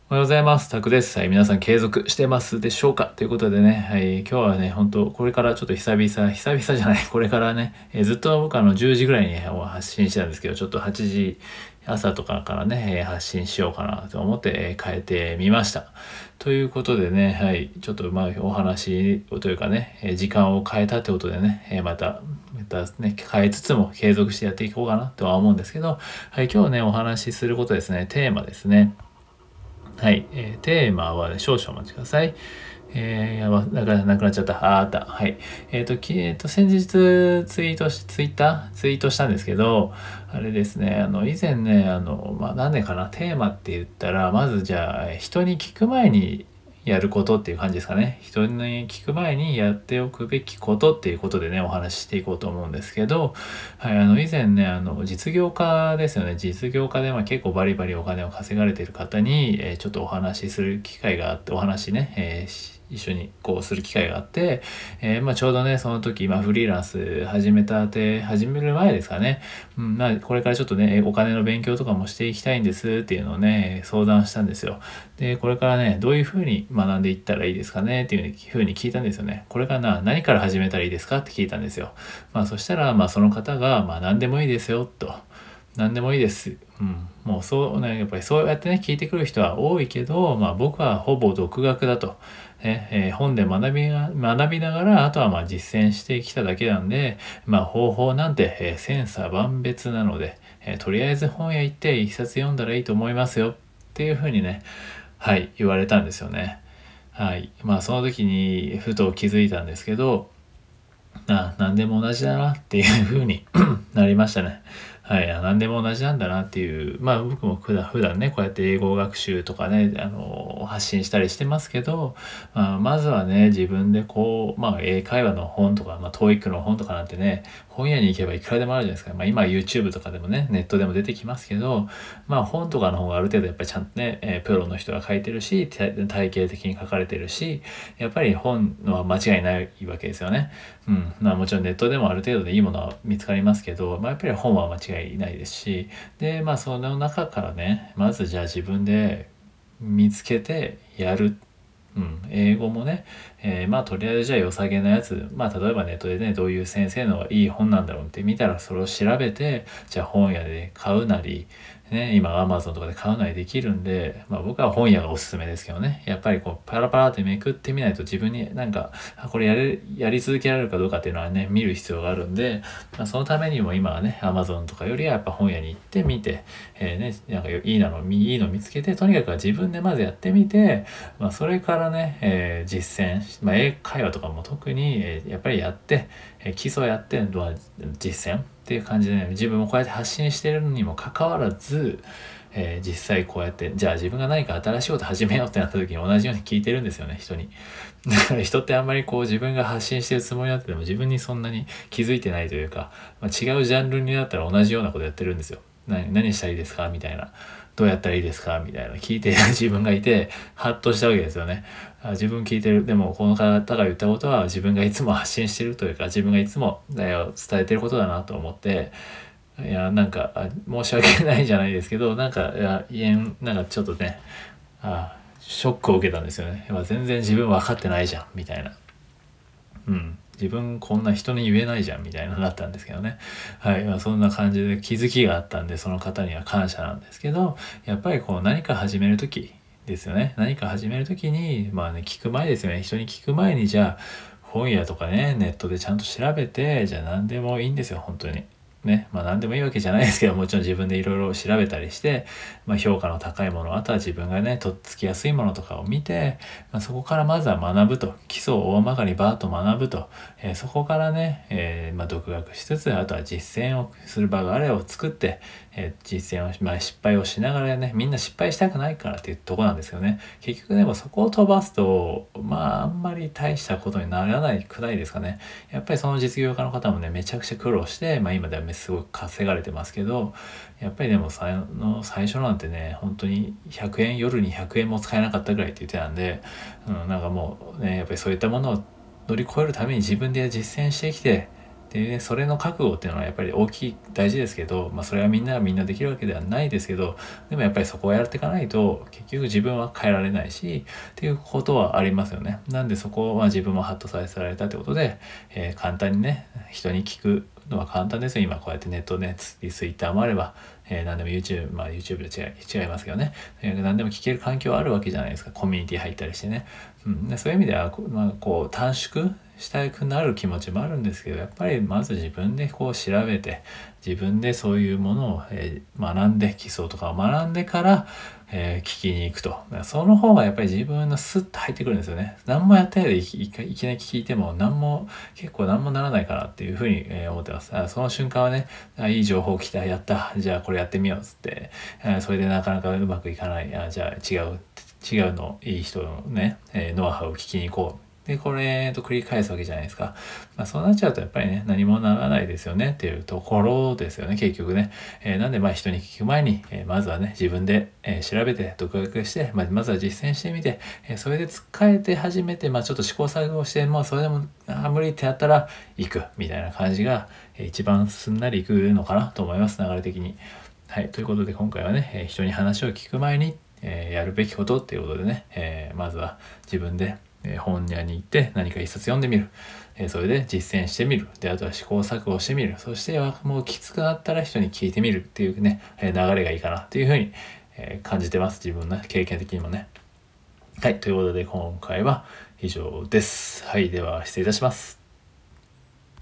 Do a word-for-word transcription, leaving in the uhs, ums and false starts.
おはようございます。タクです。はい、皆さん継続してますでしょうかということでね、はい、今日はね、本当これからちょっと久々、久々じゃない、これからね、えーずっと僕あのじゅうじぐらいに発信してたんですけど、ちょっとはちじ、朝とかからね、えー発信しようかなと思って、えー変えてみました。ということでね、はい、ちょっとまあお話をというかね、えー時間を変えたってことでね、えーまた、またね、変えつつも継続してやっていこうかなとは思うんですけど、はい、今日ね、お話しすることですね、テーマですね。はい、えーテーマは、ね、少々お待ちください。えー、やば、なくななくなっちゃった。あーあった。はい。えっ、と、きえーと、先日ツイートし、ツイッターツイートしたんですけど、あれですね、あの、以前ね、あの、まあ、なんでかな、テーマって言ったら、まずじゃあ、人に聞く前にやることっていう感じですかね。人に聞く前にやっておくべきことっていうことでね、お話ししていこうと思うんですけど、はい、あの、以前ね、あの、実業家ですよね。実業家で、まあ、結構バリバリお金を稼がれている方に、えーちょっとお話しする機会があって、お話ね、えーし一緒にこうする機会があって、えーまあ、ちょうどね、その時、まあ、フリーランス始めたて、始める前ですかね。うん、まあ、これからちょっとね、お金の勉強とかもしていきたいんですっていうのをね、相談したんですよ。で、これからね、どういうふうに学んでいったらいいですかねっていうふうに聞いたんですよね。これからな、何から始めたらいいですかって聞いたんですよ。まあ、そしたら、まあ、その方が、まあ、何でもいいですよ、と。何でもいいです。うん。もうそうね、やっぱりそうやってね、聞いてくる人は多いけど、まあ僕はほぼ独学だと。ねえー本で学びが、学びながら、あとはまあ実践してきただけなんで、まあ方法なんて、えー千差万別なので、えーとりあえず本屋行って一冊読んだらいいと思いますよ。っていうふうにね、はい、言われたんですよね。はい。まあその時にふと気づいたんですけど、あ、何でも同じだなっていう風になりましたね。はい、あ何でも同じなんだなっていう、まあ僕も普段普段ね、こうやって英語学習とかね、あの、発信したりしてますけど、まあ、まずはね、自分でこう、まあ英会話の本とか、まあ トーイック の本とかなんてね、本屋に行けばいくらでもあるじゃないですか。まあ今 YouTube とかでもね、ネットでも出てきますけど、まあ本とかの方がある程度やっぱりちゃんとね、えープロの人が書いてるし、体体系的に書かれてるし、やっぱり本のは間違いないわけですよね。うん、まあもちろんネットでもある程度でいいものは見つかりますけど、まあ、やっぱり本は間違いないですし、でまあその中からね、まずじゃあ自分で見つけてやる。うん、英語もね、えーまあとりあえずじゃあ良さげなやつ、まあ例えばネットでね、どういう先生のがいい本なんだろうって見たらそれを調べて、じゃあ本屋で買うなり、ね、今 Amazon とかで買うなりできるんで、まあ僕は本屋がおすすめですけどね、やっぱりこうパラパラってめくってみないと自分になんか、あこれやれ、やり続けられるかどうかっていうのはね、見る必要があるんで、まあ、そのためにも今はね、Amazon とかよりはやっぱ本屋に行ってみて、えーね、なんかいいの、いいの見つけて、とにかくは自分でまずやってみて、まあ、それからね、えー実践、まあ、英会話とかも特に、えーやっぱりやって、えー基礎やって、まあ、実践っていう感じでね、自分もこうやって発信してるのにもかかわらず、えー実際こうやって、じゃあ自分が何か新しいこと始めようってなった時に同じように聞いてるんですよね、人に。だから人ってあんまりこう自分が発信してるつもりになってても自分にそんなに気づいてないというか、まあ、違うジャンルになったら同じようなことやってるんですよ。何、何したらいいですかみたいな。どうやったらいいですかみたいな。聞いてる自分がいて、ハッとしたわけですよね。あ自分聞いてる。でも、この方が言ったことは自分がいつも発信してるというか、自分がいつも伝えてることだなと思って、いや、なんか、あ申し訳ないじゃないですけど、なんか、いや、いえん、なんかちょっとね、あショックを受けたんですよね。やっぱ全然自分分かってないじゃん、みたいな。うん。自分こんな人に言えないじゃん、みたいななったんですけどね。はい。まあ、そんな感じで気づきがあったんで、その方には感謝なんですけど、やっぱりこう何か始めるときですよね。何か始めるときに、まあね、聞く前ですよね。人に聞く前に、じゃあ、本屋とかね、ネットでちゃんと調べて、じゃあ何でもいいんですよ、本当に。ね、まあ何でもいいわけじゃないですけど、もちろん自分でいろいろ調べたりして、まあ評価の高いもの、あとは自分がね、とっつきやすいものとかを見て、まあ、そこからまずは学ぶと、基礎を大まかにバーッと学ぶと、えーそこからね、えーまあ独学しつつ、あとは実践をする場があれを作って、えー実践を、まあ失敗をしながらね、みんな失敗したくないからっていうとこなんですよね。結局でもそこを飛ばすと、まああんまり大したことにならないくないですかね。やっぱりその実業家の方もね、めちゃくちゃ苦労して、まあ今ではすごく稼がれてますけど、やっぱりでもさの最初なんてね、本当にひゃくえん、夜にひゃくえんも使えなかったぐらいって言ってたんで、うん、なんかもうね、やっぱりそういったものを乗り越えるために自分で実践してきて、 で、ね、それの覚悟っていうのはやっぱり大きい大事ですけど、まあ、それはみんながみんなできるわけではないですけど、でもやっぱりそこをやっていかないと結局自分は変えられないしっていうことはありますよね。なんでそこは自分もハッとさせられたってことで、えー、簡単にね人に聞くのは簡単ですよ。今こうやってネットね、ツイッターもあれば、えー、何でも YouTube、まあ YouTube で違い、違いますけどね、えー、何でも聞ける環境あるわけじゃないですか。コミュニティ入ったりしてね。うん、でそういう意味では、まあ、こう短縮したくなる気持ちもあるんですけど、やっぱりまず自分でこう調べて、自分でそういうものを、えー、学んで、基礎とかを学んでから、えー、聞きに行くと。その方がやっぱり自分のスッと入ってくるんですよね。何もやってないでいきいきなり聞いても何も結構何もならないかなっていうふうに、えー、思ってます。あその瞬間はね、あいい情報来た、やった、じゃあこれやってみようっつって、えー、それでなかなかうまくいかない、あじゃあ違う違うのいい人のね、えー、ノウハウを聞きに行こう。で、これと繰り返すわけじゃないですか。まあ、そうなっちゃうとやっぱりね、何もならないですよねっていうところですよね、結局ね。えー、なんでまあ人に聞く前に、えー、まずはね、自分で、えー、調べて、独学して、まあ、まずは実践してみて、えー、それで使えて初めて、まあちょっと試行錯誤して、もうそれでも、あ無理ってやったら行く、みたいな感じが、えー、一番すんなりいくのかなと思います、流れ的に。はい、ということで今回はね、えー、人に話を聞く前に、えー、やるべきことっていうことでね、えー、まずは自分でえー、本屋に行って何か一冊読んでみる、えー、それで実践してみる、であとは試行錯誤してみる、そしてもうきつくなったら人に聞いてみるっていうね、えー、流れがいいかなっていうふうに、えー、感じてます。自分の経験的にもね。はい、ということで今回は以上です。はい、では失礼いたします。